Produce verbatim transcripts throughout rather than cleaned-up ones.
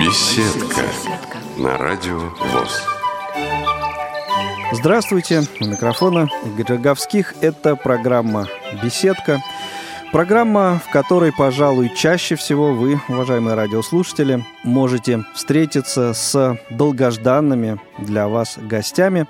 Беседка на радио ВОС. Здравствуйте, у микрофона Игорь Роговских. Это программа «Беседка». Программа, в которой, пожалуй, чаще всего вы, уважаемые радиослушатели, можете встретиться с долгожданными для вас гостями.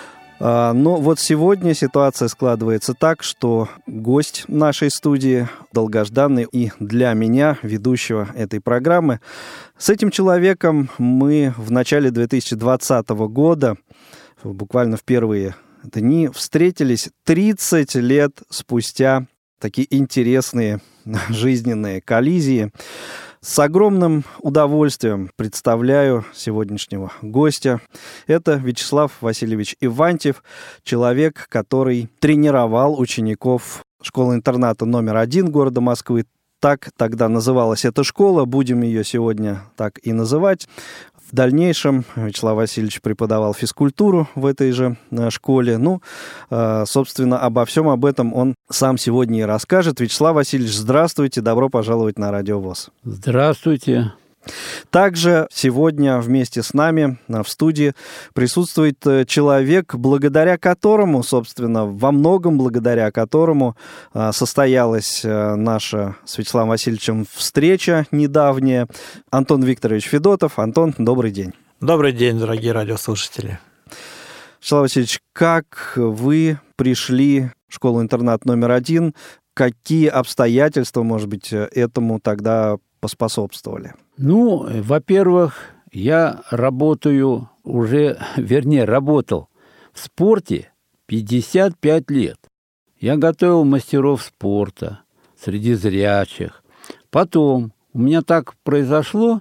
Но вот сегодня ситуация складывается так, что гость нашей студии, долгожданный и для меня, ведущего этой программы, с этим человеком мы в начале две тысячи двадцатого года, буквально в первые дни, встретились тридцать лет спустя. Такие интересные жизненные коллизии. С огромным удовольствием представляю сегодняшнего гостя. Это Вячеслав Васильевич Ивантьев, человек, который тренировал учеников школы-интерната номер один города Москвы. Так тогда называлась эта школа, будем ее сегодня так и называть. В дальнейшем Вячеслав Васильевич преподавал физкультуру в этой же школе. Ну, собственно, обо всем об этом он сам сегодня и расскажет. Вячеслав Васильевич, здравствуйте, добро пожаловать на Радио ВОС. Здравствуйте. Также сегодня вместе с нами в студии присутствует человек, благодаря которому, собственно, во многом благодаря которому состоялась наша с Вячеславом Васильевичем встреча недавняя. Антон Викторович Федотов. Антон, добрый день. Добрый день, дорогие радиослушатели. Вячеслав Васильевич, как вы пришли в школу-интернат номер один? Какие обстоятельства, может быть, этому тогда поспособствовали? Ну, во-первых, я работаю уже, вернее, работал в спорте пятьдесят пять лет. Я готовил мастеров спорта среди зрячих. Потом у меня так произошло,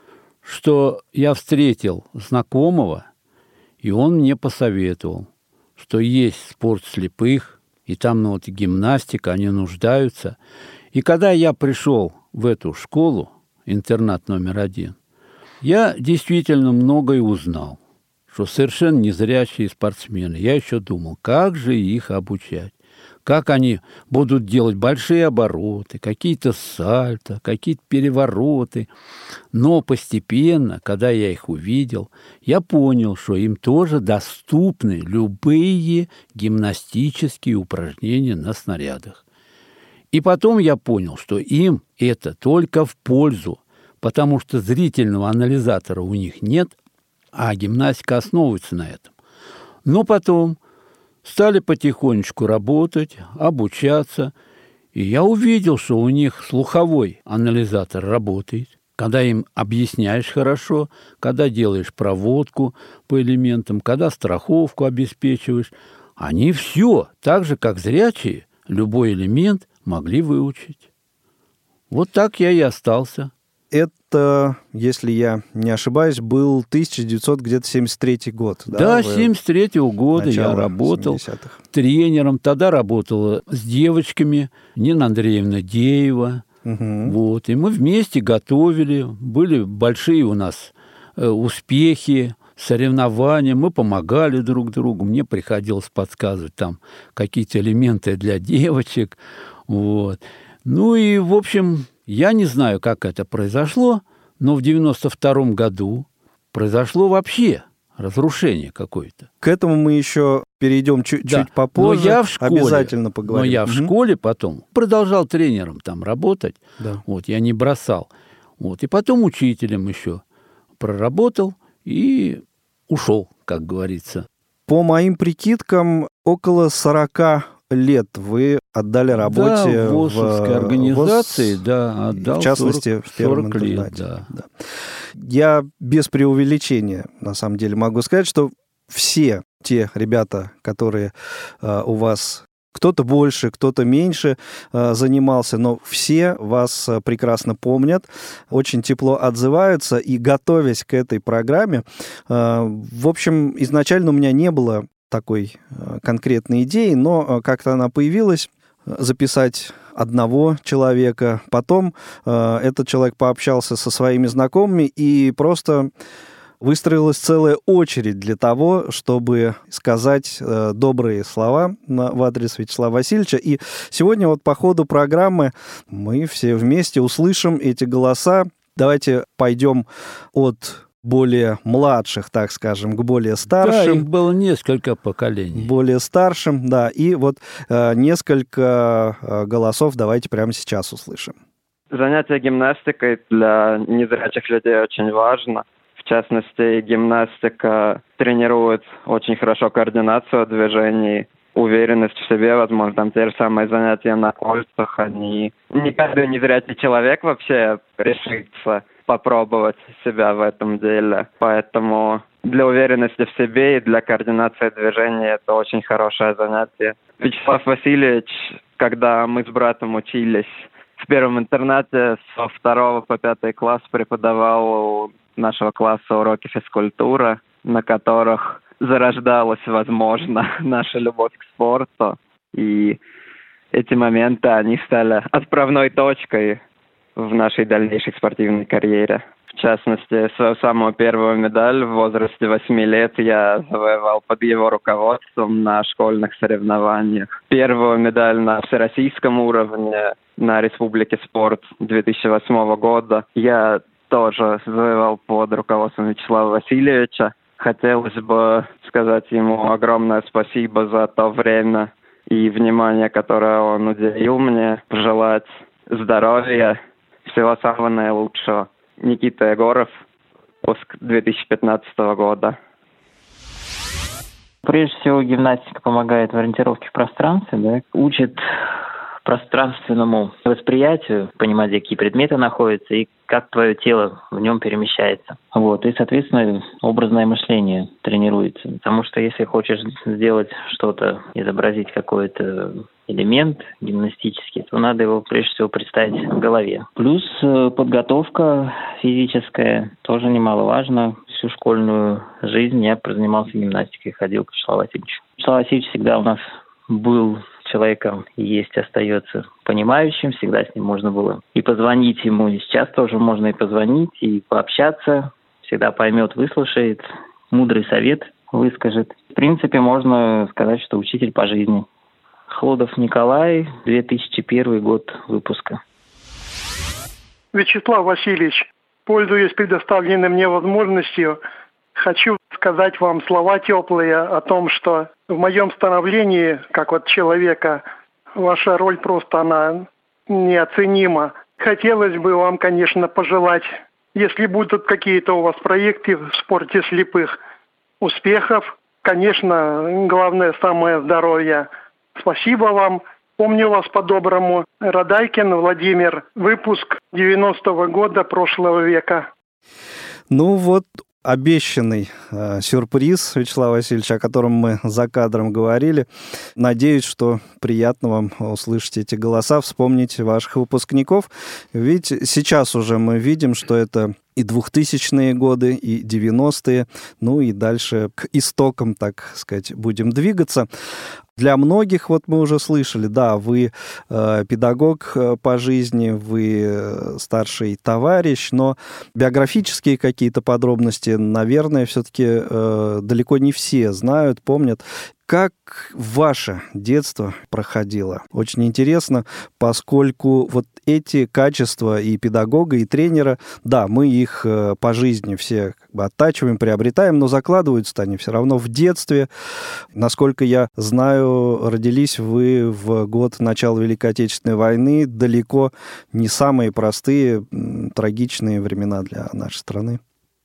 что я встретил знакомого, и он мне посоветовал, что есть спорт слепых, и там ну, вот гимнастика, они нуждаются. И когда я пришел в эту школу, интернат номер один, я действительно многое узнал, что совершенно незрячие спортсмены. Я еще думал, как же их обучать, как они будут делать большие обороты, какие-то сальто, какие-то перевороты. Но постепенно, когда я их увидел, я понял, что им тоже доступны любые гимнастические упражнения на снарядах. И потом я понял, что им это только в пользу, потому что зрительного анализатора у них нет, а гимнастика основывается на этом. Но потом стали потихонечку работать, обучаться, и я увидел, что у них слуховой анализатор работает, когда им объясняешь хорошо, когда делаешь проводку по элементам, когда страховку обеспечиваешь. Они все, так же, как зрячие, любой элемент могли выучить. Вот так я и остался. Это, если я не ошибаюсь, был тысяча девятьсот семьдесят третий год. Да, да семьдесят третьего года я работал семидесятых. Тренером. Тогда работала с девочками Нина Андреевна Деева. Угу. Вот. И мы вместе готовили. Были большие у нас э, успехи, соревнования. Мы помогали друг другу. Мне приходилось подсказывать там какие-то элементы для девочек. Вот. Ну и, в общем, я не знаю, как это произошло, но в девяносто втором году произошло вообще разрушение какое-то. К этому мы еще перейдем чуть, да. чуть попозже. Но я в школе, обязательно поговорим. Но я угу. в школе потом продолжал тренером там работать. Да. Вот, я не бросал. Вот, и потом учителем еще проработал и ушел, как говорится. По моим прикидкам, около сорока лет вы отдали работе да, в ВОСовской в организации, ВОС, да, отдал в частности, сорок, в первом сорок интернате. Лет, да. Да. Я без преувеличения, на самом деле, могу сказать, что все те ребята, которые uh, у вас, кто-то больше, кто-то меньше uh, занимался, но все вас uh, прекрасно помнят, очень тепло отзываются, и, готовясь к этой программе, uh, в общем, изначально у меня не было такой uh, конкретной идеи, но uh, как-то она появилась, uh, записать одного человека. Потом uh, этот человек пообщался со своими знакомыми, и просто выстроилась целая очередь для того, чтобы сказать э, добрые слова на, в адрес Вячеслава Васильевича. И сегодня вот по ходу программы мы все вместе услышим эти голоса. Давайте пойдем от более младших, так скажем, к более старшим. Да, их было несколько поколений. Более старшим, да. И вот э, несколько э, голосов давайте прямо сейчас услышим. Занятие гимнастикой для незрячих людей очень важно. В частности, гимнастика тренирует очень хорошо координацию движений, уверенность в себе, возможно, там те же самые занятия на кольцах, они... Не каждый незрячий человек вообще решится попробовать себя в этом деле. Поэтому для уверенности в себе и для координации движений это очень хорошее занятие. Вячеслав Васильевич, когда мы с братом учились в первом интернате, со второго по пятый класс преподавал у нашего класса уроки физкультуры, на которых зарождалась, возможно, наша любовь к спорту. И эти моменты, они стали отправной точкой в нашей дальнейшей спортивной карьере. В частности, свою самую первую медаль в возрасте восьми лет я завоевал под его руководством на школьных соревнованиях. Первую медаль на всероссийском уровне на Республике спорт две тысячи восьмого года я тоже завоевал под руководством Вячеслава Васильевича. Хотелось бы сказать ему огромное спасибо за то время и внимание, которое он уделил мне, пожелать здоровья, всего самого наилучшего. Никита Егоров, выпуск две тысячи пятнадцатого года. Прежде всего, гимнастика помогает в ориентировке в пространстве, да, учит пространственному восприятию, понимать, где какие предметы находятся и как твое тело в нем перемещается. Вот. И, соответственно, образное мышление тренируется. Потому что если хочешь сделать что-то, изобразить какой-то элемент гимнастический, то надо его прежде всего представить в голове. Плюс подготовка физическая тоже немаловажна. Всю школьную жизнь я занимался гимнастикой, ходил к Вячеславу Васильевичу. Вячеслав Васильевич всегда у нас был человеком, и есть, остается понимающим, всегда с ним можно было и позвонить ему, и сейчас тоже можно и позвонить, и пообщаться, всегда поймет, выслушает, мудрый совет выскажет. В принципе, можно сказать, что учитель по жизни. Хлодов Николай, две тысячи первый год выпуска. Вячеслав Васильевич, пользуясь предоставленной мне возможностью, хочу сказать вам слова теплые о том, что в моем становлении, как вот человека, ваша роль просто, она неоценима. Хотелось бы вам, конечно, пожелать, если будут какие-то у вас проекты в спорте слепых, успехов, конечно, главное, самое здоровье. Спасибо вам. Помню вас по-доброму. Радайкин Владимир. Выпуск девяностого года прошлого века. Ну вот, обещанный э, сюрприз, Вячеслав Васильевич, о котором мы за кадром говорили. Надеюсь, что приятно вам услышать эти голоса, вспомнить ваших выпускников. Ведь сейчас уже мы видим, что это и двухтысячные годы, и девяностые, ну и дальше к истокам, так сказать, будем двигаться. Для многих, вот мы уже слышали, да, вы э, педагог э, по жизни, вы э, старший товарищ, но биографические какие-то подробности, наверное, все-таки э, далеко не все знают, помнят. Как ваше детство проходило? Очень интересно, поскольку вот эти качества и педагога, и тренера, да, мы их э, по жизни все как бы оттачиваем, приобретаем, но закладываются они все равно в детстве. Насколько я знаю, родились вы в год начала Великой Отечественной войны, далеко не самые простые, трагичные времена для нашей страны.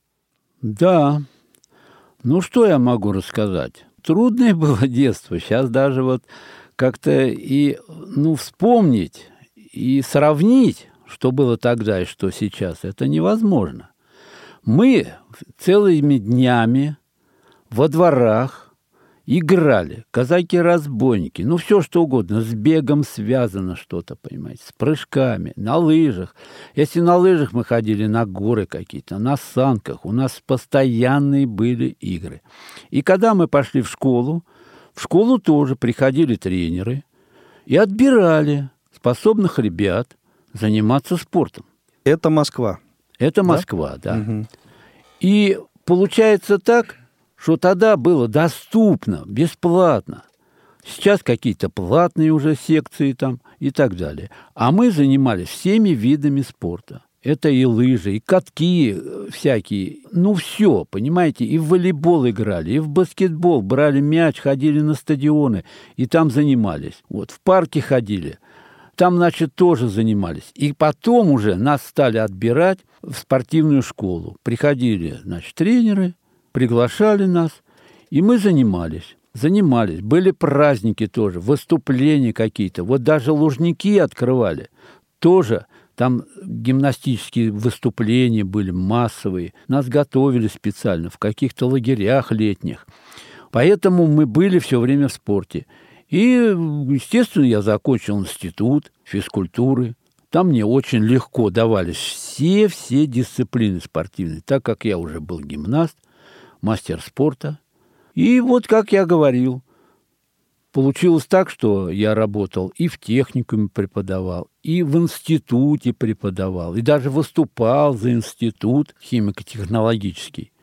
Да. Ну, что я могу рассказать? Трудное было детство. Сейчас даже вот как-то и, ну, вспомнить и сравнить, что было тогда и что сейчас, это невозможно. Мы целыми днями во дворах играли, казаки-разбойники, ну, все что угодно, с бегом связано что-то, понимаете, с прыжками, на лыжах. Если на лыжах мы ходили на горы какие-то, на санках, у нас постоянные были игры. И когда мы пошли в школу, в школу тоже приходили тренеры и отбирали способных ребят заниматься спортом. Это Москва. Это Москва, да. да. Угу. И получается так, что тогда было доступно, бесплатно. Сейчас какие-то платные уже секции там и так далее. А мы занимались всеми видами спорта. Это и лыжи, и катки всякие. Ну, все, понимаете, и в волейбол играли, и в баскетбол. Брали мяч, ходили на стадионы, и там занимались. Вот, в парке ходили. Там, значит, тоже занимались. И потом уже нас стали отбирать в спортивную школу. Приходили, значит, тренеры, приглашали нас, и мы занимались. Занимались. Были праздники тоже, выступления какие-то. Вот даже Лужники открывали. Тоже там гимнастические выступления были массовые. Нас готовили специально в каких-то лагерях летних. Поэтому мы были все время в спорте. И, естественно, я закончил институт физкультуры. Там мне очень легко давались все-все дисциплины спортивные, так как я уже был гимнаст, мастер спорта. И вот, как я говорил, получилось так, что я работал и в техникуме преподавал, и в институте преподавал, и даже выступал за институт химико-технологический.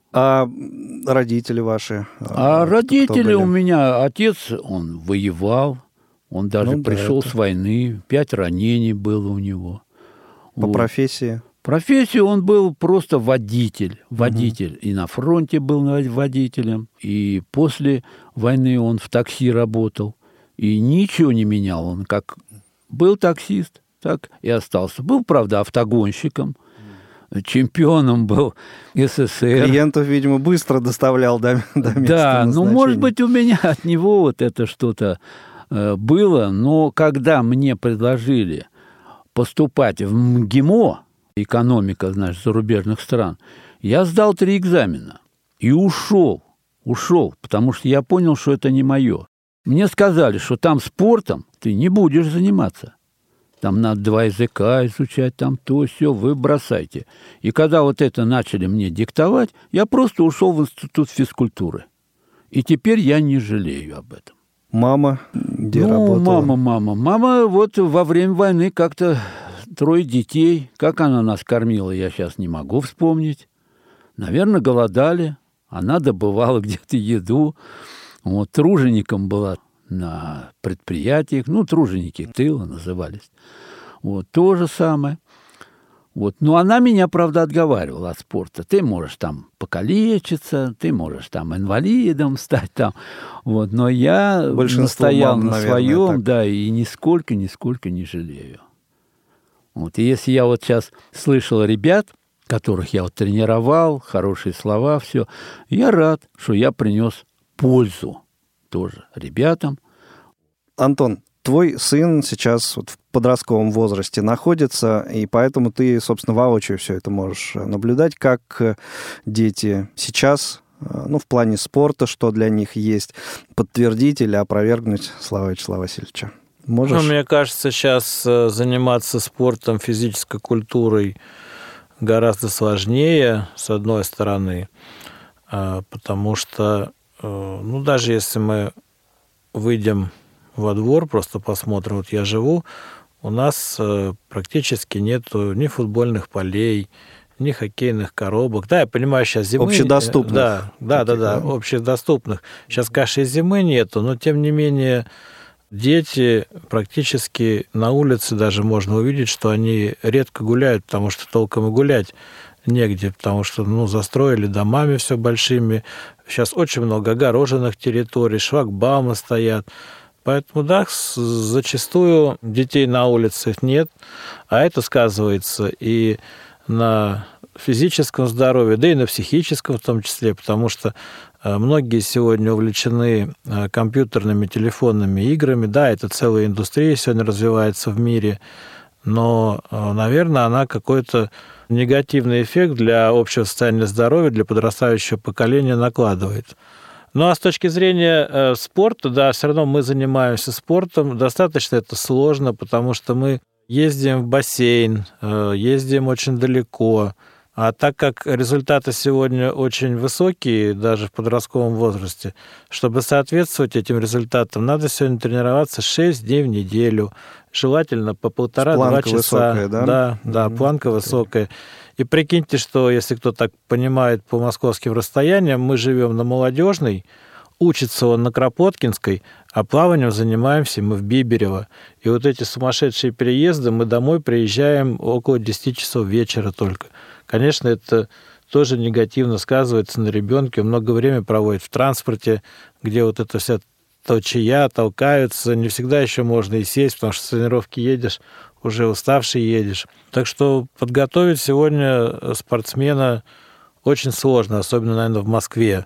А родители ваши? А кто, родители кто у меня, отец, он воевал, он даже ну, пришел да, с войны, пять ранений было у него. По вот. Профессии? Профессию он был просто водитель. Водитель. Угу. И на фронте был водителем, и после войны он в такси работал. И ничего не менял. Он как был таксист, так и остался. Был, правда, автогонщиком. Чемпионом был СССР. Клиентов, видимо, быстро доставлял до, до места Да, назначения. ну, может быть, у меня от него вот это что-то э, было. Но когда мне предложили поступать в МГИМО, экономика, значит, зарубежных стран, я сдал три экзамена и ушел. Ушел, потому что я понял, что это не мое. Мне сказали, что там спортом ты не будешь заниматься. Там надо два языка изучать, там то, все, вы бросайте. И когда вот это начали мне диктовать, я просто ушел в институт физкультуры. И теперь я не жалею об этом. Мама где ну, работала? мама, мама. Мама вот во время войны как-то трое детей. Как она нас кормила, я сейчас не могу вспомнить. Наверное, голодали. Она добывала где-то еду. Вот, тружеником была на предприятиях, ну, труженики тыла назывались. Вот, то же самое. Вот. Но она меня, правда, отговаривала от спорта. Ты можешь там покалечиться, ты можешь там инвалидом стать там. Вот. Но я большинство настоял мам, на наверное, своем, так. Да, и нисколько, нисколько не жалею. Вот. И если я вот сейчас слышал ребят, которых я вот тренировал, хорошие слова, все, я рад, что я принес пользу тоже ребятам. Антон, твой сын сейчас вот в подростковом возрасте находится, и поэтому ты, собственно, воочию все это можешь наблюдать, как дети сейчас, ну, в плане спорта, что для них есть, подтвердить или опровергнуть слова Вячеслава Васильевича. Можешь? Ну, мне кажется, сейчас заниматься спортом, физической культурой гораздо сложнее, с одной стороны, потому что, ну, даже если мы выйдем во двор, просто посмотрим, вот я живу, у нас практически нету ни футбольных полей, ни хоккейных коробок. Да, я понимаю, сейчас зимы... Общедоступных. Да, да, да, да, да, общедоступных. Сейчас, конечно, и зимы нету, но, тем не менее, дети практически на улице даже можно увидеть, что они редко гуляют, потому что толком и гулять негде, потому что, ну, застроили домами все большими. Сейчас очень много огороженных территорий, шлагбаумы стоят. Поэтому, да, зачастую детей на улицах нет, а это сказывается и на физическом здоровье, да и на психическом в том числе, потому что многие сегодня увлечены компьютерными, телефонными играми. Да, это целая индустрия сегодня развивается в мире, но, наверное, она какой-то негативный эффект для общего состояния здоровья, для подрастающего поколения накладывает. Ну, а с точки зрения э, спорта, да, все равно мы занимаемся спортом. Достаточно это сложно, потому что мы ездим в бассейн, э, ездим очень далеко. А так как результаты сегодня очень высокие, даже в подростковом возрасте, чтобы соответствовать этим результатам, надо сегодня тренироваться шесть дней в неделю, желательно по полтора-два часа. Высокая, да? Да, да, mm-hmm. планка okay. высокая. И прикиньте, что если кто так понимает по московским расстояниям, мы живем на Молодежной, учится он на Кропоткинской, а плаванием занимаемся мы в Биберево. И вот эти сумасшедшие переезды, мы домой приезжаем около десяти часов вечера только. Конечно, это тоже негативно сказывается на ребенке. Он много времени проводит в транспорте, где вот эта вся толчая, толкаются. Не всегда еще можно и сесть, потому что с тренировки едешь, уже уставший едешь. Так что подготовить сегодня спортсмена очень сложно, особенно, наверное, в Москве.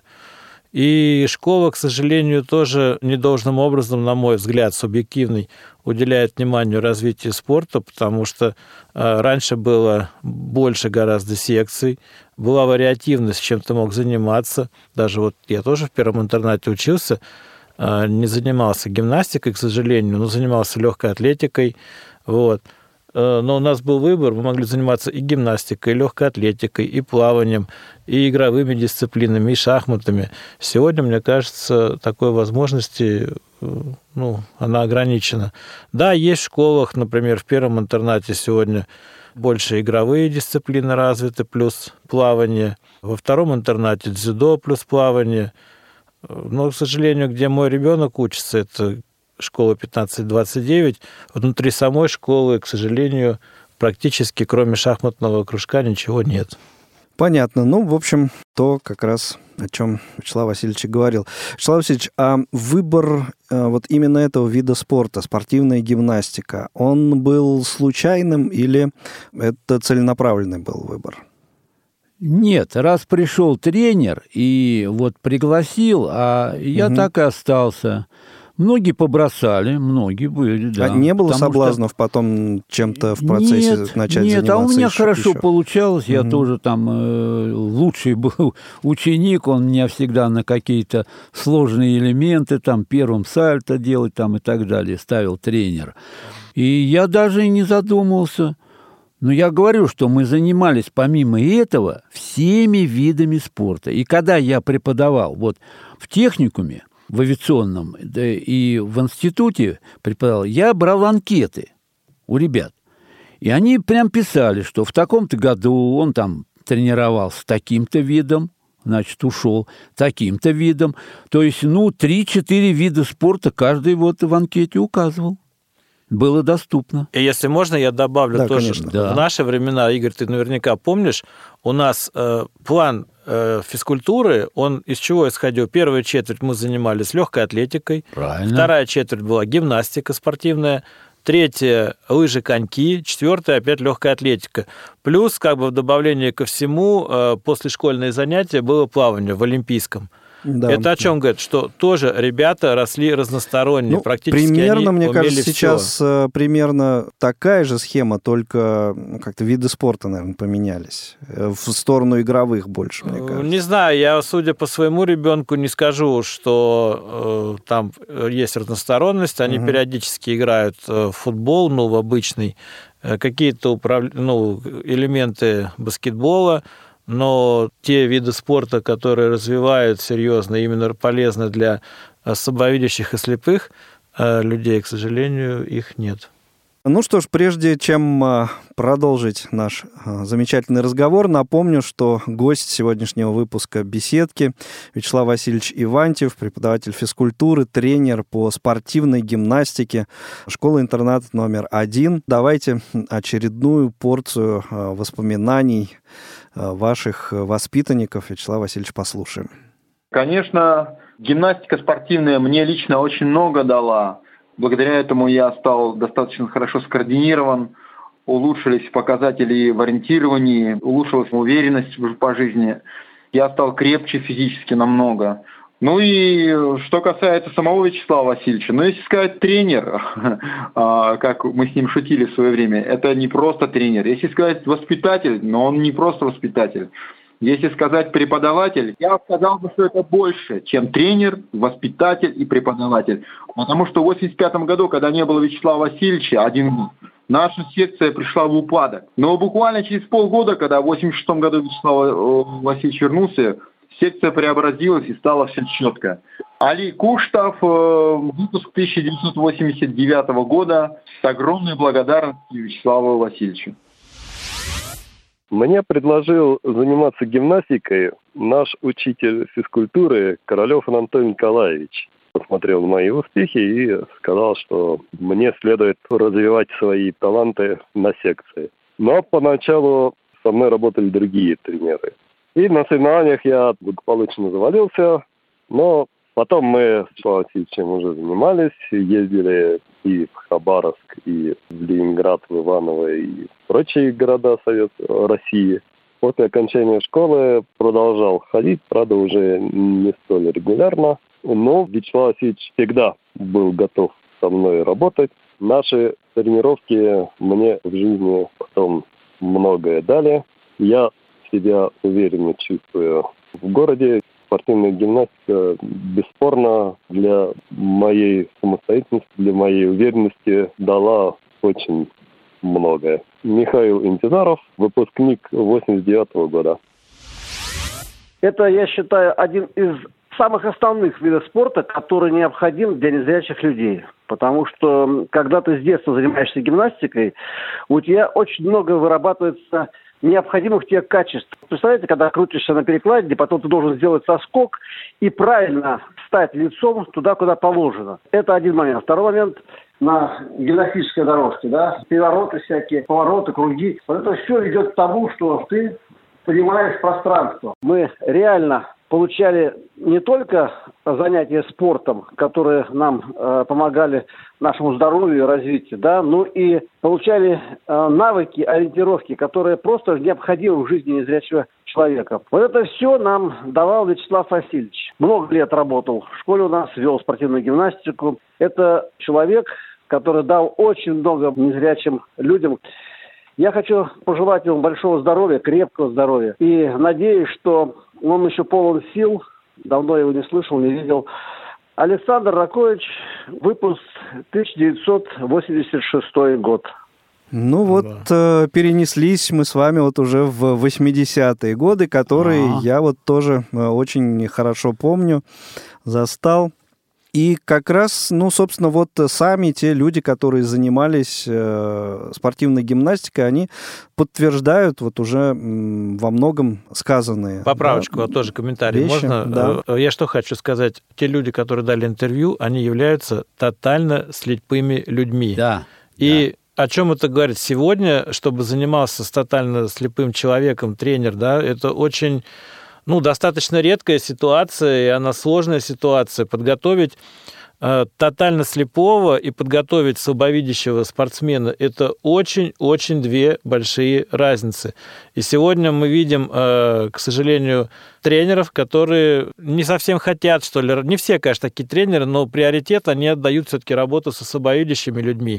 И школа, к сожалению, тоже недолжным образом, на мой взгляд, субъективный, уделяет вниманию развитию спорта, потому что э, раньше было больше гораздо секций, была вариативность, чем ты мог заниматься. Даже вот я тоже в первом интернате учился, э, не занимался гимнастикой, к сожалению, но занимался легкой атлетикой. Вот. Но у нас был выбор, мы могли заниматься и гимнастикой, и легкой атлетикой, и плаванием, и игровыми дисциплинами, и шахматами. Сегодня, мне кажется, такой возможности, ну, она ограничена. Да, есть в школах, например, в первом интернате сегодня больше игровые дисциплины развиты, плюс плавание. Во втором интернате дзюдо плюс плавание. Но, к сожалению, где мой ребенок учится, это школа пятнадцать двадцать девять, внутри самой школы, к сожалению, практически кроме шахматного кружка ничего нет. Понятно. Ну, в общем, то как раз, о чем Вячеслав Васильевич говорил. Вячеслав Васильевич, а выбор вот именно этого вида спорта, спортивная гимнастика, он был случайным или это целенаправленный был выбор? Нет, раз пришел тренер и вот пригласил, а я угу. так и остался. Многие побросали, многие были, да. А не было Потому соблазнов что... потом чем-то в процессе нет, начать нет, заниматься? Нет, а у меня еще, хорошо еще? получалось, я угу. тоже там э, лучший был ученик, он меня всегда на какие-то сложные элементы, там, первым сальто делать там и так далее, ставил тренер. И я даже и не задумывался. Но я говорю, что мы занимались помимо этого всеми видами спорта. И когда я преподавал вот в техникуме, в авиационном, да, и в институте преподавал, я брал анкеты у ребят. И они прям писали, что в таком-то году он там тренировался таким-то видом, значит, ушел таким-то видом. То есть, ну, три-четыре вида спорта каждый вот в анкете указывал. Было доступно. И если можно, я добавлю да, тоже, конечно. что да. в наши времена, Игорь, ты наверняка помнишь, у нас э, план э, физкультуры, он из чего исходил? Первая четверть мы занимались легкой атлетикой, Правильно. Вторая четверть была гимнастика спортивная, третья – лыжи, коньки, четвертая – опять легкая атлетика. Плюс, как бы в добавлении ко всему, э, послешкольные занятия было плавание в олимпийском. Да. Это о чем говорит? Что тоже ребята росли разносторонне, ну, практически примерно, они мне умели кажется, всё. сейчас примерно такая же схема, только как-то виды спорта, наверное, поменялись. В сторону игровых больше, мне кажется. Не знаю, я, судя по своему ребенку, не скажу, что э, там есть разносторонность. Они угу. периодически играют в футбол, ну, в обычный, какие-то управ... ну, элементы баскетбола. Но те виды спорта, которые развивают серьезно, именно полезны для слабовидящих и слепых людей, к сожалению, их нет. Ну что ж, прежде чем продолжить наш замечательный разговор, напомню, что гость сегодняшнего выпуска «Беседки» Вячеслав Васильевич Ивантьев, преподаватель физкультуры, тренер по спортивной гимнастике школы-интернат номер один. Давайте очередную порцию воспоминаний ваших воспитанников, Вячеслав Васильевич, послушаем. Конечно, гимнастика спортивная мне лично очень много дала. Благодаря этому я стал достаточно хорошо скоординирован, улучшились показатели в ориентировании, улучшилась уверенность по жизни. Я стал крепче физически намного. Ну и что касается самого Вячеслава Васильевича, ну если сказать тренер, как мы с ним шутили в свое время, это не просто тренер. Если сказать воспитатель, но он не просто воспитатель. Если сказать преподаватель, я сказал бы, что это больше, чем тренер, воспитатель и преподаватель. Потому что в восемьдесят пятом году, когда не было Вячеслава Васильевича, один год, наша секция пришла в упадок. Но буквально через полгода, когда в восемьдесят шестом году Вячеслав Васильевич вернулся, секция преобразилась и стала все четко. Али Куштов, выпуск тысяча девятьсот восемьдесят девятого года, с огромной благодарностью Вячеславу Васильевичу. Мне предложил заниматься гимнастикой наш учитель физкультуры Королев Анатолий Николаевич. Посмотрел на мои успехи и сказал, что мне следует развивать свои таланты на секции. Но поначалу со мной работали другие тренеры. И на соревнованиях я благополучно завалился, но потом мы с Васильевичем уже занимались, ездили и в Хабаровск, и в Ленинград, в Иваново, и в прочие города Совет России. После окончания школы продолжал ходить, правда, уже не столь регулярно, но Вячеслав Васильевич всегда был готов со мной работать. Наши тренировки мне в жизни потом многое дали. Я себя уверенно чувствую в городе. Спортивная гимнастика бесспорно для моей самостоятельности, для моей уверенности дала очень многое. Михаил Интизаров, выпускник восемьдесят девятого года. Это, я считаю, один из самых основных видов спорта, который необходим для незрячих людей. Потому что, когда ты с детства занимаешься гимнастикой, у тебя очень много вырабатывается необходимых тебе качеств. Представляете, когда крутишься на перекладине, потом ты должен сделать соскок и правильно встать лицом туда, куда положено. Это один момент. Второй момент на гимнастической дорожке, да, перевороты всякие, повороты, круги. Вот это все ведет к тому, что ты понимаешь пространство. Мы реально получали не только занятия спортом, которые нам э, помогали нашему здоровью и развитию, да, но и получали э, навыки ориентировки, которые просто необходимы в жизни незрячего человека. Вот это все нам давал Вячеслав Васильевич. Много лет работал в школе у нас, вел спортивную гимнастику. Это человек, который дал очень много незрячим людям. Я хочу пожелать ему большого здоровья, крепкого здоровья. И надеюсь, что он еще полон сил. Давно его не слышал, не видел. Александр Ракович, выпуск тысяча девятьсот восемьдесят шестой год. Ну вот, да. э, перенеслись мы с вами вот уже в восьмидесятые годы, которые А-а-а. я вот тоже очень хорошо помню, застал. И как раз, ну, собственно, вот сами те люди, которые занимались э, спортивной гимнастикой, они подтверждают вот уже м, во многом сказанные. Поправочку, да, вот тоже комментарий. вещи, Можно? Да. Я что хочу сказать. Те люди, которые дали интервью, они являются тотально слепыми людьми. Да. И да. о чем это говорит сегодня, чтобы занимался с тотально слепым человеком тренер, да, это очень... Ну, достаточно редкая ситуация, и она сложная ситуация. Подготовить э, тотально слепого и подготовить слабовидящего спортсмена – это очень-очень две большие разницы. И сегодня мы видим, э, к сожалению, тренеров, которые не совсем хотят, что ли, не все, конечно, такие тренеры, но приоритет они отдают все-таки работу со слабовидящими людьми.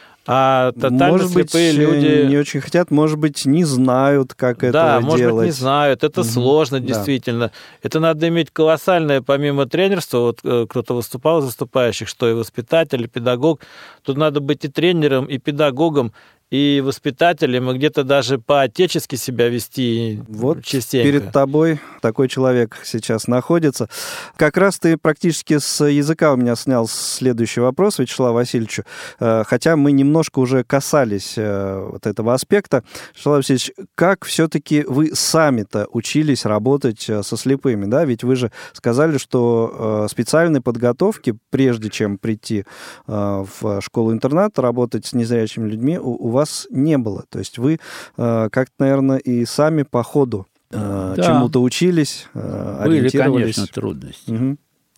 А тотально может слепые быть, люди... не очень хотят, может быть, не знают, как да, это делать. Да, может быть, не знают. Это угу. сложно, действительно. Да. Это надо иметь колоссальное, помимо тренерства, вот кто-то выступал из выступающих, что и воспитатель, и педагог. Тут надо быть и тренером, и педагогом, и воспитателем, и где-то даже по-отечески себя вести вот частенько. Перед тобой такой человек сейчас находится. Как раз ты практически с языка у меня снял следующий вопрос Вячеславу Васильевичу, хотя мы немножко уже касались вот этого аспекта. Вячеслав Васильевич, как все-таки вы сами-то учились работать со слепыми, да? Ведь вы же сказали, что специальной подготовки, прежде чем прийти в школу-интернат, работать с незрячими людьми, у вас вас не было. То есть вы э, как-то, наверное, и сами по ходу э, да. чему-то учились, э, Были, конечно, трудности. Угу.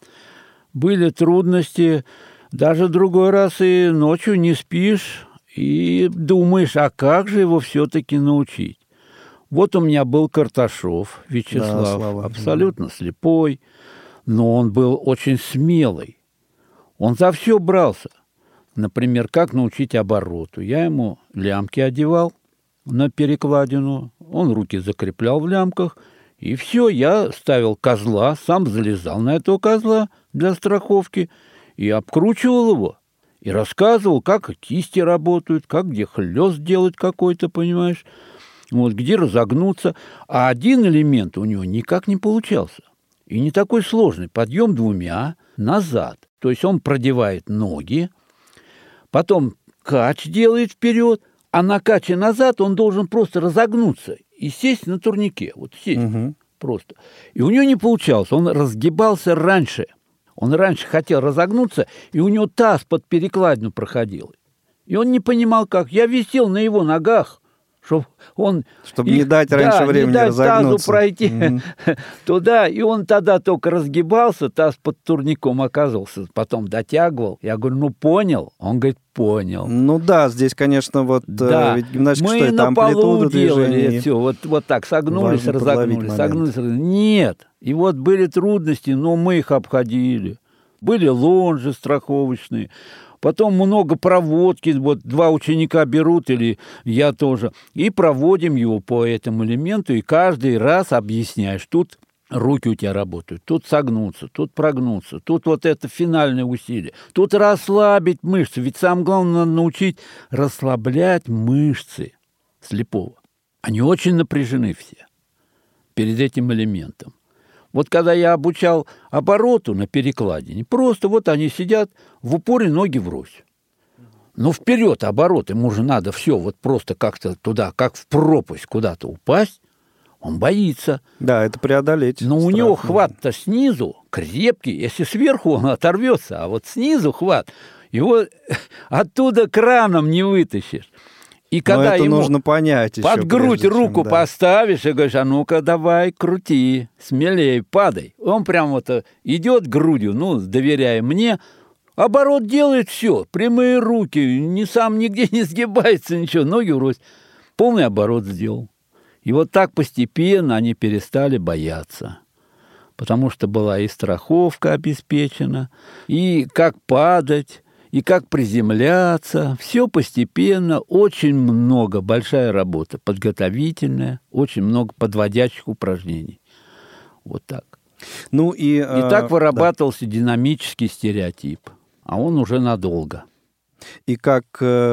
Были трудности. Даже другой раз и ночью не спишь и думаешь, а как же его все-таки научить? Вот у меня был Карташов Вячеслав, да, абсолютно угу. слепой, но он был очень смелый. Он за все брался. Например, как научить обороту. Я ему лямки одевал на перекладину, он руки закреплял в лямках, и все, я ставил козла, сам залезал на этого козла для страховки и обкручивал его. И рассказывал, как кисти работают, как где хлёст делать какой-то, понимаешь, вот, где разогнуться. А один элемент у него никак не получался. И не такой сложный. Подъем двумя назад. То есть он продевает ноги, потом кач делает вперед, а на каче назад он должен просто разогнуться и сесть на турнике. Вот сесть Угу. просто. И у него не получалось. Он разгибался раньше. Он раньше хотел разогнуться, и у него таз под перекладину проходил. И он не понимал, как. Я висел на его ногах, чтобы он... Чтобы не дать раньше да, времени не дать разогнуться. тазу пройти Мгм. туда. И он тогда только разгибался, таз под турником оказывался, потом дотягивал. Я говорю, ну понял? Он говорит, понял. Ну да, здесь, конечно, вот Да, э, ведь гимнастика, мы что и это на полу амплитуда делали движений. все, вот, вот так, согнулись, Важно подловить разогнулись, момент. согнулись, разогнулись. Нет, и вот были трудности, но мы их обходили. Были лонжи страховочные, потом много проводки, вот два ученика берут, или я тоже, и проводим его по этому элементу, и каждый раз объясняешь, тут руки у тебя работают, тут согнуться, тут прогнуться, тут вот это финальное усилие, тут расслабить мышцы, ведь самое главное надо научить расслаблять мышцы слепого. Они очень напряжены все перед этим элементом. Вот когда я обучал обороту на перекладине, просто вот они сидят в упоре, ноги врозь. Но вперед оборот, ему же надо все вот просто как-то туда, как в пропасть куда-то упасть, он боится. Да, это преодолеть. Но у страх. него хват-то снизу крепкий, если сверху он оторвется, а вот снизу хват, его оттуда краном не вытащишь. И Но когда это ему нужно понять еще, под грудь прежде чем, руку да. поставишь и говоришь, а ну-ка давай, крути, смелее, падай. Он прям вот э, идет грудью, ну, доверяя мне, оборот делает все, прямые руки, ни сам нигде не сгибается, ничего, ноги врозь. Полный оборот сделал. И вот так постепенно они перестали бояться. Потому что была и страховка обеспечена, и как падать, и как приземляться. Все постепенно, очень много, большая работа, подготовительная, очень много подводящих упражнений. Вот так. Ну и, И э, так да. вырабатывался динамический стереотип, а он уже надолго. И как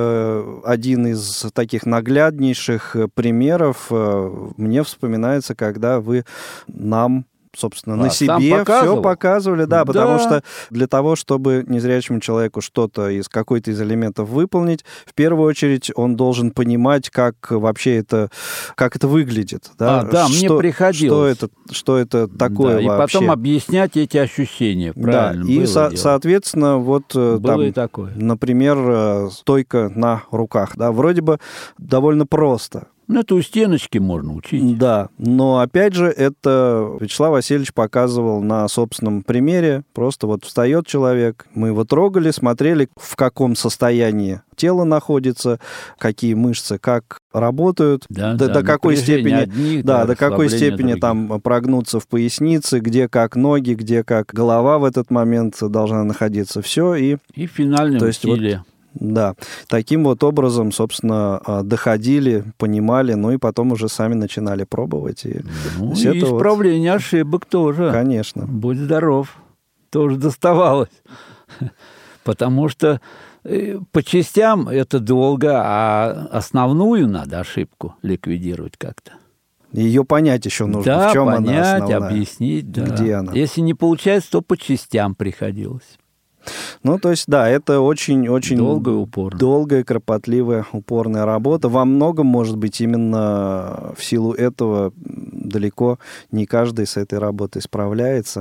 э, один из таких нагляднейших э, примеров э, мне вспоминается, когда вы нам, собственно, А, на сам себе показывал? все показывали, да, Да. потому что для того, чтобы незрячему человеку что-то из какой-то из элементов выполнить, в первую очередь он должен понимать, как вообще это, как это выглядит, да, А, да, мне что, приходилось. что это, что это такое Да, и вообще. потом объяснять эти ощущения, Да, правильно, и, было со- дело. соответственно, вот э, Было там, и такое. например, э, стойка на руках, да, вроде бы довольно просто. Ну, это у стеночки можно учить. Да, но опять же, это Вячеслав Васильевич показывал на собственном примере. Просто вот встает человек, мы его трогали, смотрели, в каком состоянии тело находится, какие мышцы, как работают, Да, до, да, до какой напряжение степени, одних, да, да, до какой расслабление степени других. там прогнуться в пояснице, где как ноги, где как голова в этот момент должна находиться, все и И финальное То есть вот усилие. да, таким вот образом, собственно, доходили, понимали, ну и потом уже сами начинали пробовать. И Ну, все и это вот- исправление ошибок тоже. Конечно. Будь здоров. Тоже доставалось. Потому что э, по частям это долго, а основную надо ошибку ликвидировать как-то. Ее понять еще нужно, Да, в чем она понять, основная. объяснить, да. Где она? Если не получается, то по частям приходилось. Ну, то есть, да, это очень-очень Долго и упорно. долгая, кропотливая, упорная работа. Во многом, может быть, именно в силу этого далеко не каждый с этой работой справляется.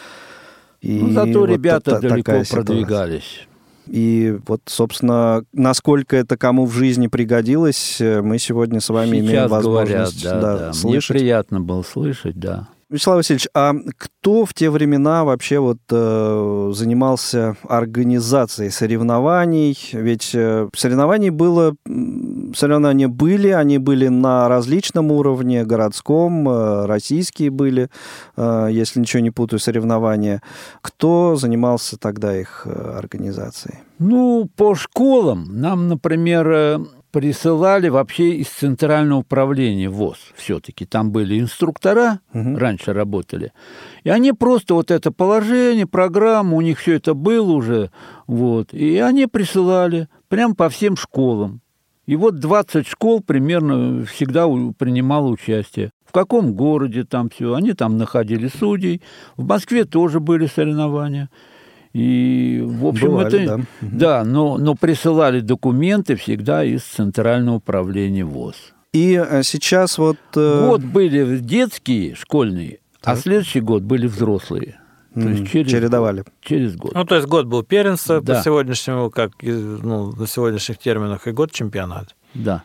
И Ну, зато вот ребята та- та- далеко такая ситуация. продвигались. И вот, собственно, насколько это кому в жизни пригодилось, мы сегодня с вами имеем Сейчас говорят, возможность да, да, да. Мне слышать. приятно было слышать, да. Вячеслав Васильевич, а кто в те времена вообще вот э, занимался организацией соревнований? Ведь э, соревнований было, м, соревнования были, они были на различном уровне, городском, э, российские были, э, если ничего не путаю, соревнования. Кто занимался тогда их э, организацией? Ну, по школам нам, например, э, присылали вообще из Центрального управления ВОС все-таки. Там были инструктора, Мгм. раньше работали. И они просто вот это положение, программу, у них все это было уже. Вот, и они присылали прям по всем школам. И вот двадцать школ примерно всегда у- принимало участие. В каком городе там все. Они там находили судей. В Москве тоже были соревнования. И, в общем, Бывали, это... да. Мгм. Да, но, но присылали документы всегда из Центрального управления ВОС. И сейчас вот... Год были детские, школьные, так. А следующий год были взрослые. То есть через, чередовали. Через год. Ну, то есть год был первенство да. по сегодняшнему, как ну, на сегодняшних терминах, и год чемпионат. Да.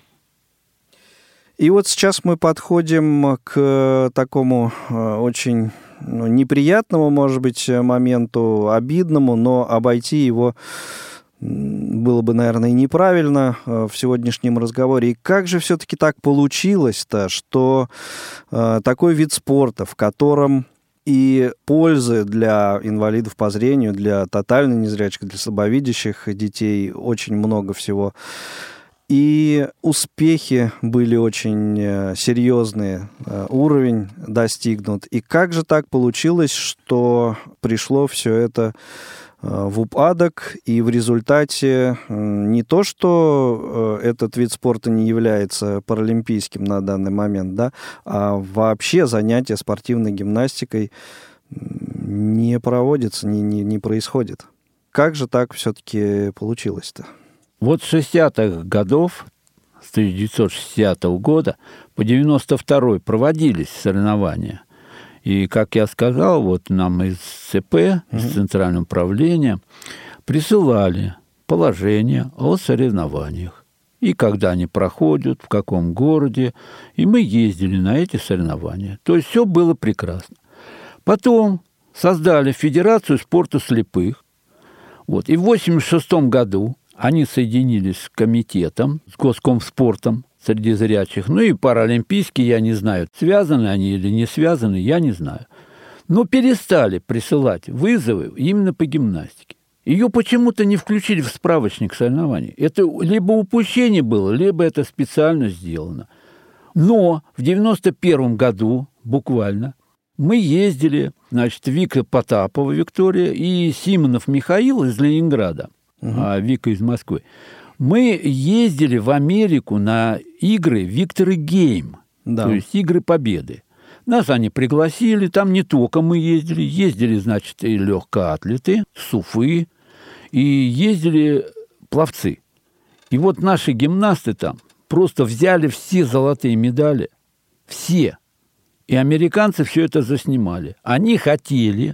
И вот сейчас мы подходим к такому очень ну, неприятному, может быть, моменту, обидному, но обойти его было бы, наверное, и неправильно в сегодняшнем разговоре. И как же все-таки так получилось-то, что такой вид спорта, в котором и пользы для инвалидов по зрению, для тотально незрячих, для слабовидящих детей очень много всего. И успехи были очень серьезные, уровень достигнут. И как же так получилось, что пришло все это в упадок, и в результате не то, что этот вид спорта не является паралимпийским на данный момент, да, а вообще занятия спортивной гимнастикой не проводятся, не, не, не происходит. Как же так все-таки получилось-то? Вот с шестидесятых годов, с тысяча девятьсот шестидесятого года по девяносто второй проводились соревнования. И, как я сказал, вот нам из ЦП, uh-huh. из Центрального управления, присылали положение о соревнованиях. И когда они проходят, в каком городе. И мы ездили на эти соревнования. То есть все было прекрасно. Потом создали Федерацию спорта слепых. Вот. И в восемьдесят шестом году они соединились с комитетом, с Госкомспортом среди зрячих. Ну и паралимпийские, я не знаю, связаны они или не связаны, я не знаю. Но перестали присылать вызовы именно по гимнастике. Ее почему-то не включили в справочник соревнований. Это либо упущение было, либо это специально сделано. Но в девяносто первом году буквально мы ездили, значит, Вика Потапова Виктория и Симонов Михаил из Ленинграда, угу. а Вика из Москвы. Мы ездили в Америку на игры Victory Game, да. то есть игры победы. Нас они пригласили, там не только мы ездили, ездили, значит, и легкоатлеты с Уфы, и ездили пловцы. И вот наши гимнасты там просто взяли все золотые медали, все. И американцы все это заснимали. Они хотели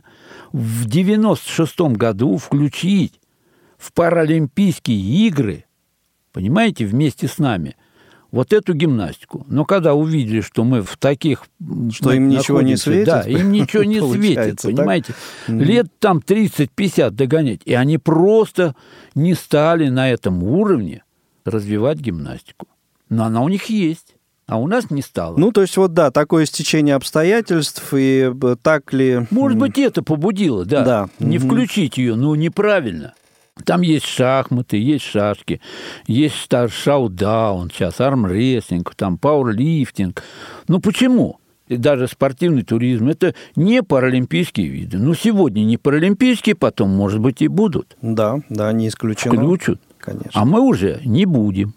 в девяносто шестом году включить в Паралимпийские игры, понимаете, вместе с нами, вот эту гимнастику. Но когда увидели, что мы в таких... Что им ничего не светит? Да, им ничего не светит, понимаете. Лет там тридцать-пятьдесят догонять. И они просто не стали на этом уровне развивать гимнастику. Но она у них есть. А у нас не стало. Ну, то есть, вот да, такое стечение обстоятельств, и так ли... Может быть, это побудило, да. да. Не mm-hmm. включить ее, ну, неправильно. Там есть шахматы, есть шашки, есть шоу-даун, сейчас армрестлинг, там пауэрлифтинг. Ну, почему? И даже спортивный туризм – это не паралимпийские виды. Ну, сегодня не паралимпийские, потом, может быть, и будут. Да, да, не исключено. Включат. Конечно. А мы уже не будем.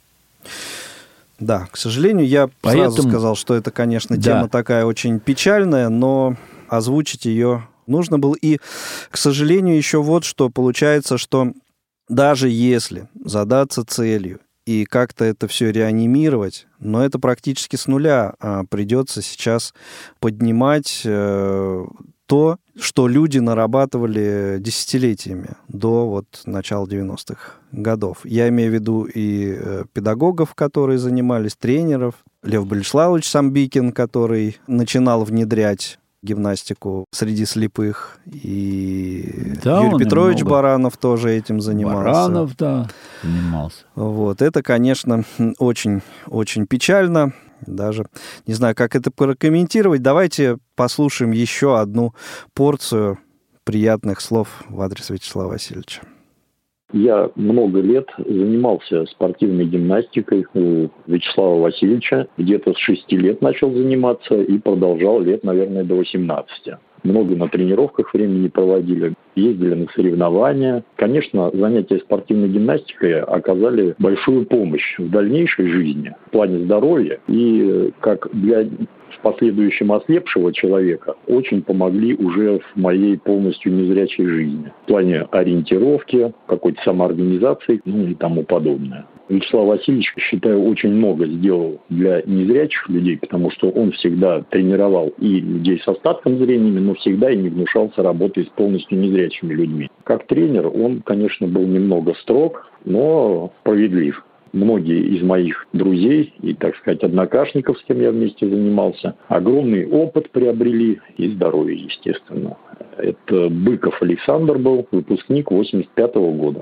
Да, к сожалению, я Поэтому... сразу сказал, что это, конечно, тема да. такая очень печальная, но озвучить ее нужно было. И, к сожалению, еще вот что получается, что даже если задаться целью и как-то это все реанимировать, но это практически с нуля а, придется сейчас поднимать э, то, что люди нарабатывали десятилетиями до вот начала девяностых годов. Я имею в виду и э, педагогов, которые занимались, тренеров, Лев Болеславович Самбикин, который начинал внедрять гимнастику среди слепых, и да, Юрий Петрович много. Баранов тоже этим занимался. Баранов, да, занимался. Вот, это, конечно, очень-очень печально. Даже не знаю, как это прокомментировать. Давайте послушаем еще одну порцию приятных слов в адрес Вячеслава Васильевича. Я много лет занимался спортивной гимнастикой у Вячеслава Васильевича. Где-то с шести лет начал заниматься и продолжал лет, наверное, до восемнадцати. Много на тренировках времени проводили, ездили на соревнования. Конечно, занятия спортивной гимнастикой оказали большую помощь в дальнейшей жизни, в плане здоровья. И как для в последующем ослепшего человека очень помогли уже в моей полностью незрячей жизни. В плане ориентировки, какой-то самоорганизации, ну и тому подобное. Вячеслав Васильевич, считаю, очень много сделал для незрячих людей, потому что он всегда тренировал и людей с остатком зрения, но всегда и не гнушался работой с полностью незрячими людьми. Как тренер он, конечно, был немного строг, но справедлив. Многие из моих друзей и, так сказать, однокашников, с кем я вместе занимался, огромный опыт приобрели и здоровье, естественно. Это Быков Александр был, выпускник восемьдесят пятого года.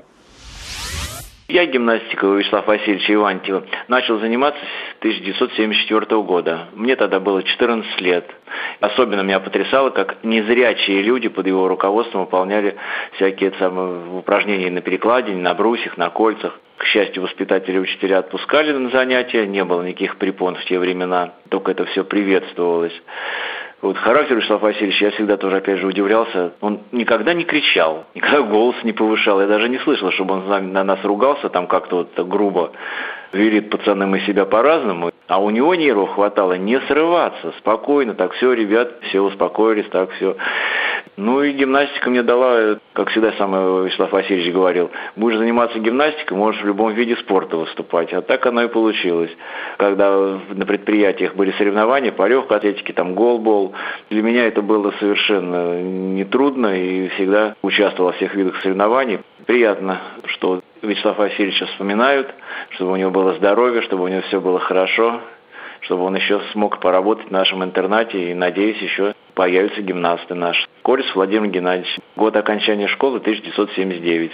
Я гимнастикой у Вячеслава Васильевича Ивантьева начал заниматься с тысяча девятьсот семьдесят четвёртого года. Мне тогда было четырнадцать лет. Особенно меня потрясало, как незрячие люди под его руководством выполняли всякие самые упражнения на перекладине, на брусьях, на кольцах. К счастью, воспитатели и учителя отпускали на занятия, не было никаких препон в те времена, только это все приветствовалось. Вот характер Вячеслава Васильевича, я всегда тоже, опять же, удивлялся. Он никогда не кричал, никогда голос не повышал. Я даже не слышал, чтобы он на нас ругался, там как-то вот так грубо. Верит, пацаны, мы себя по-разному. А у него нервов хватало не срываться, спокойно. Так, все, ребят, все успокоились, так, все. Ну и гимнастика мне дала, как всегда сам Вячеслав Васильевич говорил, будешь заниматься гимнастикой, можешь в любом виде спорта выступать. А так оно и получилось. Когда на предприятиях были соревнования по легкой атлетике, там голбол, для меня это было совершенно нетрудно и всегда участвовал во всех видах соревнований. Приятно, что Вячеслава Васильевича вспоминают, чтобы у него было здоровье, чтобы у него все было хорошо, чтобы он еще смог поработать в нашем интернате и, надеюсь, еще появятся гимнасты наши. Корец Владимир Геннадьевич. Год окончания школы тысяча девятьсот семьдесят девять.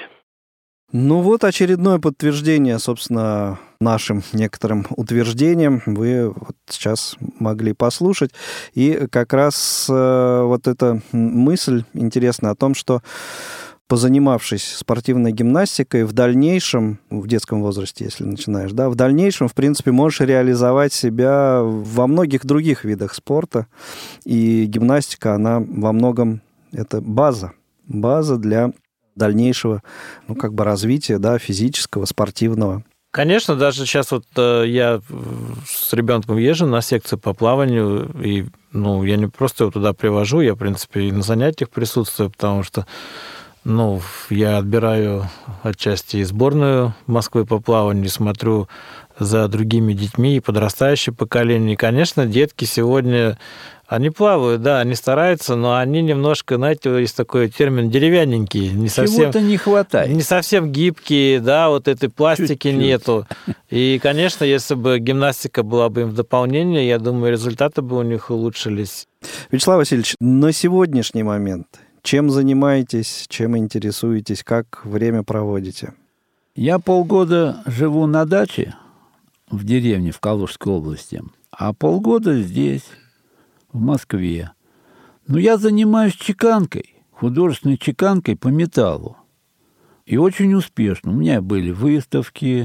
Ну вот очередное подтверждение, собственно, нашим некоторым утверждениям вы вот сейчас могли послушать. И как раз э, вот эта мысль интересна о том, что позанимавшись спортивной гимнастикой, в дальнейшем, в детском возрасте, если начинаешь, да, в дальнейшем, в принципе, можешь реализовать себя во многих других видах спорта. И гимнастика, она во многом, это база, база для дальнейшего, ну, как бы развития, да, физического, спортивного. Конечно, даже сейчас вот э, я с ребенком езжу на секцию по плаванию, и, ну, я не просто его туда привожу, я, в принципе, и на занятиях присутствую, потому что Ну, я отбираю отчасти и сборную Москвы по плаванию, смотрю за другими детьми и подрастающее поколение. И, конечно, детки сегодня, они плавают, да, они стараются, но они немножко, знаете, есть такой термин, деревянненькие. Не совсем, чего-то не хватает. Не совсем гибкие, да, вот этой пластики Чуть-чуть. Нету. И, конечно, если бы гимнастика была бы им в дополнение, я думаю, результаты бы у них улучшились. Вячеслав Васильевич, на сегодняшний момент чем занимаетесь, чем интересуетесь, как время проводите? Я полгода живу на даче в деревне в Калужской области, а полгода здесь, в Москве. Но я занимаюсь чеканкой, художественной чеканкой по металлу. И очень успешно. У меня были выставки,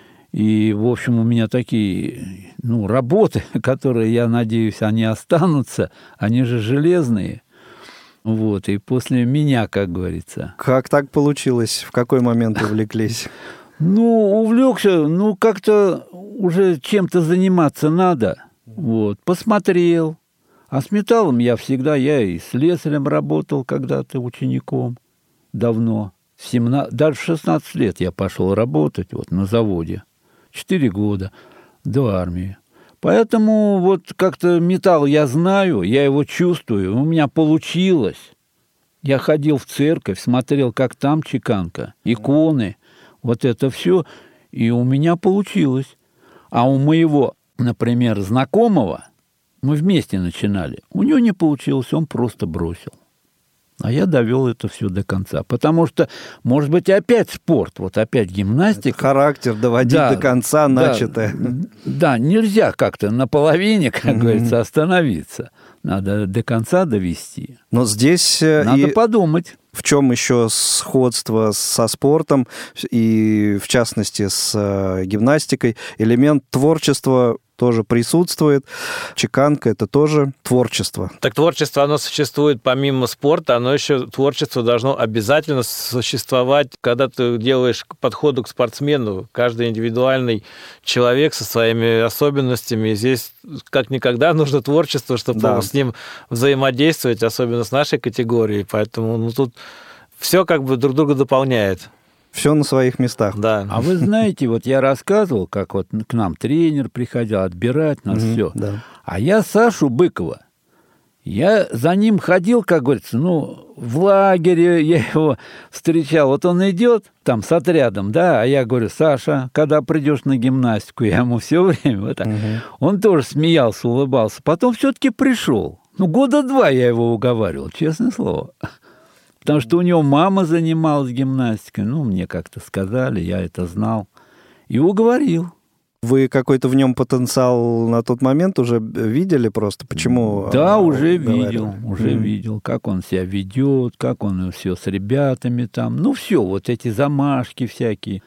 и, в общем, у меня такие, ну, работы, которые, я надеюсь, они останутся, они же железные. Вот, и после меня, как говорится. Как так получилось? В какой момент увлеклись? Ну, увлекся, ну, как-то уже чем-то заниматься надо. Вот, посмотрел. А с металлом я всегда, я и слесарем работал когда-то учеником давно. семнадцать, даже в шестнадцать лет я пошел работать вот на заводе. Четыре года до армии. Поэтому вот как-то металл я знаю, я его чувствую, у меня получилось. Я ходил в церковь, смотрел, как там чеканка, иконы, вот это все, и у меня получилось. А у моего, например, знакомого, мы вместе начинали, у него не получилось, он просто бросил. А я довел это все до конца. Потому что, может быть, опять спорт, вот опять гимнастика. Это характер доводить да, до конца начатое. Да, да, нельзя как-то на половине, как mm-hmm. говорится, остановиться. Надо до конца довести. Но здесь... Надо и... подумать. В чем еще сходство со спортом и, в частности, с гимнастикой? Элемент творчества тоже присутствует. Чеканка – это тоже творчество. Так творчество, оно существует помимо спорта, оно еще, творчество должно обязательно существовать, когда ты делаешь подходы к спортсмену. Каждый индивидуальный человек со своими особенностями. Здесь как никогда нужно творчество, чтобы да. с ним взаимодействовать, особенно с нашей категорией. Поэтому ну, тут все как бы друг друга дополняет. Все на своих местах. Да. А вы знаете, вот я рассказывал, как вот к нам тренер приходил отбирать нас, Мгм, все. да. А я Сашу Быкова, я за ним ходил, как говорится, ну, в лагере я его встречал. Вот он идет там с отрядом, да, а я говорю: Саша, когда придешь на гимнастику? Я ему все время вот так. Мгм. Он тоже смеялся, улыбался. Потом все-таки пришел. Ну, года два я его уговаривал, честное слово. Потому что у него мама занималась гимнастикой. Ну, мне как-то сказали, я это знал. И уговорил. Вы какой-то в нем потенциал на тот момент уже видели просто? Почему? Да, а, уже говорили? видел, уже Мгм. видел, как он себя ведет, как он все с ребятами там. Ну, все, вот эти замашки всякие.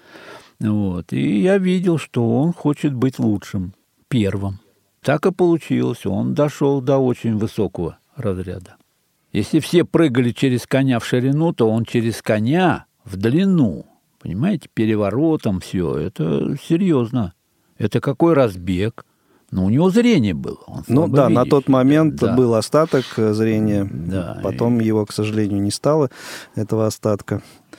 Вот. И я видел, что он хочет быть лучшим, первым. Так и получилось. Он дошел до очень высокого разряда. Если все прыгали через коня в ширину, то он через коня в длину. Понимаете, переворотом все. Это серьезно. Это какой разбег. Но у него зрение было. Он Ну да, на слабовидящий. тот момент Да. был остаток э, зрения. Да, Потом его, к сожалению, не стало, этого остатка.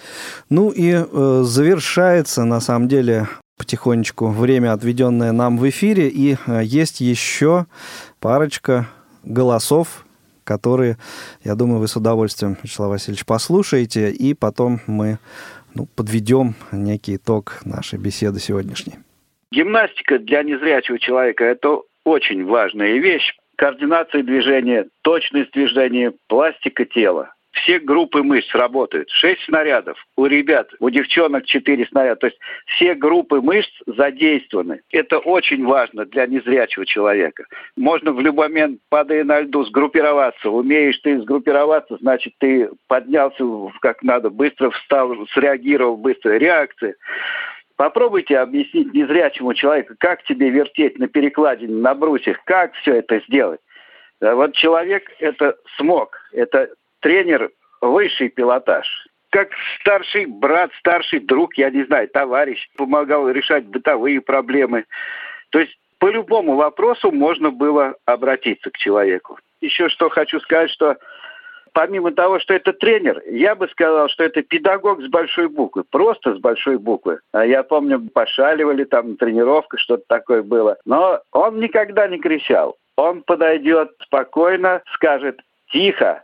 Ну и э, завершается, на самом деле, потихонечку время, отведенное нам в эфире. И э, есть еще парочка голосов, которые, я думаю, вы с удовольствием, Вячеслав Васильевич, послушаете. И потом мы ну, подведем некий итог нашей беседы сегодняшней. Гимнастика для незрячего человека – это очень важная вещь. Координация движения, точность движения, пластика тела. Все группы мышц работают. Шесть снарядов. У ребят, у девчонок четыре снаряда. То есть все группы мышц задействованы. Это очень важно для незрячего человека. Можно в любой момент, падая на льду, сгруппироваться. Умеешь ты сгруппироваться, значит, ты поднялся как надо, быстро встал, среагировал, быстро. Реакция. Попробуйте объяснить незрячему человеку, как тебе вертеть на перекладине, на брусьях, как все это сделать. Вот человек это смог, это тренер высший пилотаж. Как старший брат, старший друг, я не знаю, товарищ, помогал решать бытовые проблемы. То есть по любому вопросу можно было обратиться к человеку. Еще что хочу сказать, что помимо того, что это тренер, я бы сказал, что это педагог с большой буквы, просто с большой буквы. Я помню, пошаливали там тренировка, что-то такое было. Но он никогда не кричал. Он подойдет спокойно, скажет тихо,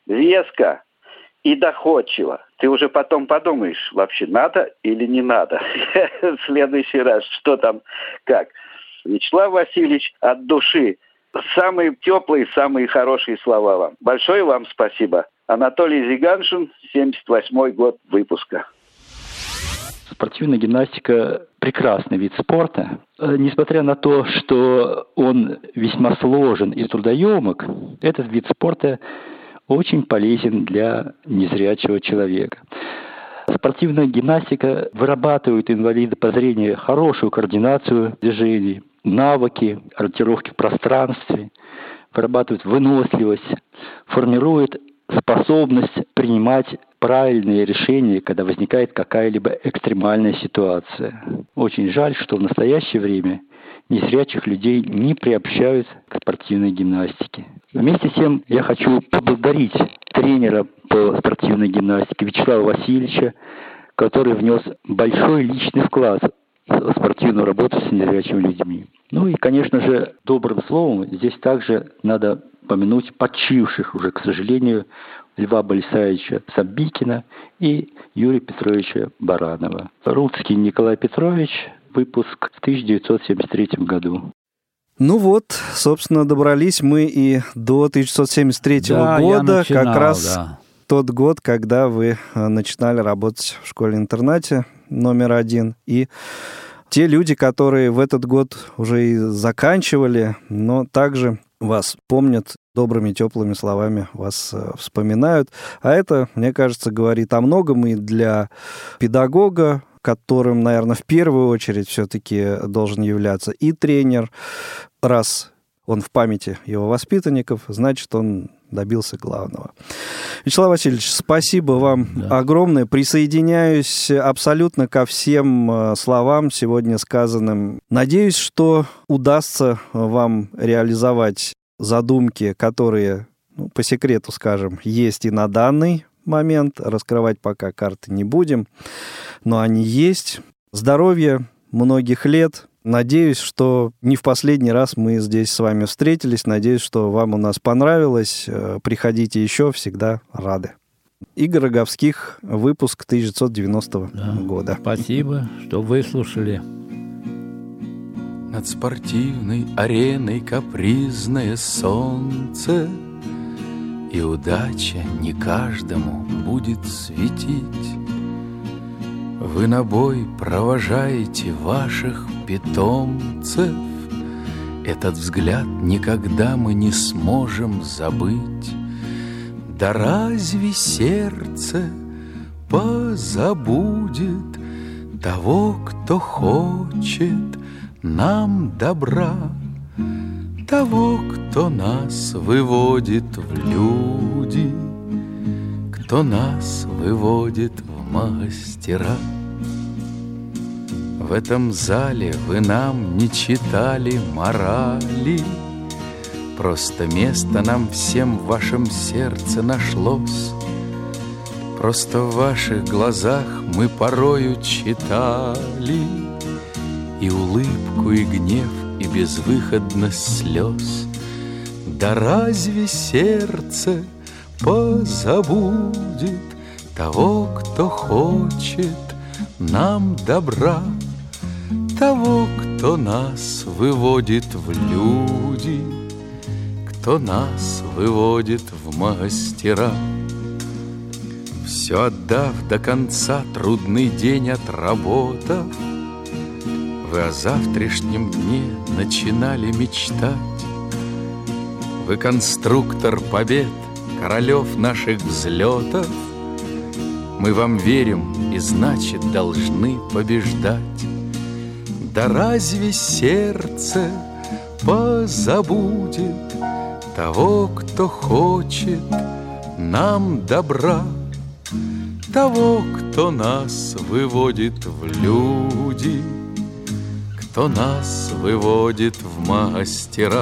веско и доходчиво. Ты уже потом подумаешь, вообще надо или не надо. В следующий раз, что там, как. Вячеслав Васильевич, от души. Самые теплые, самые хорошие слова вам. Большое вам спасибо. Анатолий Зиганшин, семьдесят восьмой год выпуска. Спортивная гимнастика – прекрасный вид спорта. Несмотря на то, что он весьма сложен и трудоемок, этот вид спорта очень полезен для незрячего человека. Спортивная гимнастика вырабатывает инвалиды по зрению хорошую координацию движений, навыки ориентировки в пространстве, вырабатывает выносливость, формирует способность принимать правильные решения, когда возникает какая-либо экстремальная ситуация. Очень жаль, что в настоящее время незрячих людей не приобщают к спортивной гимнастике. Вместе с тем я хочу поблагодарить тренера по спортивной гимнастике Вячеслава Васильевича, который внес большой личный вклад в спортивную работу с незрячими людьми. Ну и, конечно же, добрым словом здесь также надо помянуть почивших уже, к сожалению, Льва Борисовича Сабикина и Юрия Петровича Баранова. Рудский Николай Петрович, выпуск в тысяча девятьсот семьдесят третьем году. Ну вот, собственно, добрались мы и до тысяча девятьсот семьдесят третьего Да, года, начинал, как раз да. тот год, когда вы начинали работать в школе-интернате номер один. И те люди, которые в этот год уже и заканчивали, но также вас помнят, добрыми, теплыми словами вас вспоминают. А это, мне кажется, говорит о многом и для педагога, которым, наверное, в первую очередь все-таки должен являться и тренер. Раз он в памяти его воспитанников, значит, он добился главного. Вячеслав Васильевич, спасибо вам да. огромное. Присоединяюсь абсолютно ко всем словам, сегодня сказанным. Надеюсь, что удастся вам реализовать задумки, которые, ну, по секрету скажем, есть и на данный момент. Раскрывать пока карты не будем, но они есть. Здоровья, многих лет. Надеюсь, что не в последний раз мы здесь с вами встретились. Надеюсь, что вам у нас понравилось. Приходите еще, всегда рады. Игорь Роговских, выпуск тысяча девятьсот девяностого да. года. Спасибо, что выслушали. Над спортивной ареной капризное солнце, и удача не каждому будет светить. Вы на бой провожаете ваших питомцев, этот взгляд никогда мы не сможем забыть. Да разве сердце позабудет того, кто хочет нам добра, того, кто нас выводит в люди, кто нас выводит в мастера? В этом зале вы нам не читали морали, просто место нам всем в вашем сердце нашлось. Просто в ваших глазах мы порою читали и улыбку, и гнев, и безвыходность слез. Да разве сердце позабудет того, кто хочет нам добра, того, кто нас выводит в люди, кто нас выводит в мастера? Все отдав до конца, трудный день отработав, вы о завтрашнем дне начинали мечтать. Вы конструктор побед, королев наших взлетов. Мы вам верим и, значит, должны побеждать. Да разве сердце позабудет того, кто хочет нам добра, того, кто нас выводит в люди, кто нас выводит в мастера?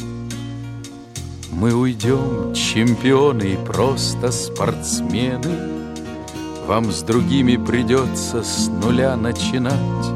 Мы уйдем, чемпионы, и просто спортсмены. Вам с другими придется с нуля начинать.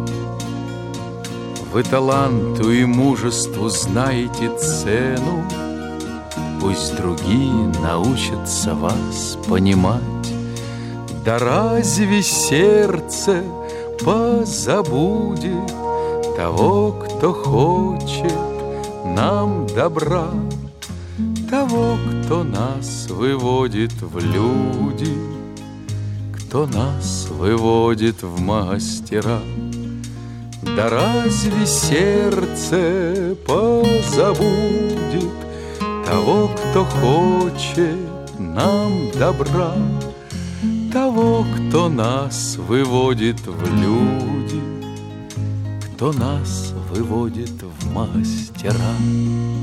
Вы таланту и мужеству знаете цену, пусть другие научатся вас понимать. Да разве сердце позабудет того, кто хочет нам добра, того, кто нас выводит в люди, кто нас выводит в мастера? Да разве сердце позабудет того, кто хочет нам добра, того, кто нас выводит в люди, кто нас выводит в мастера?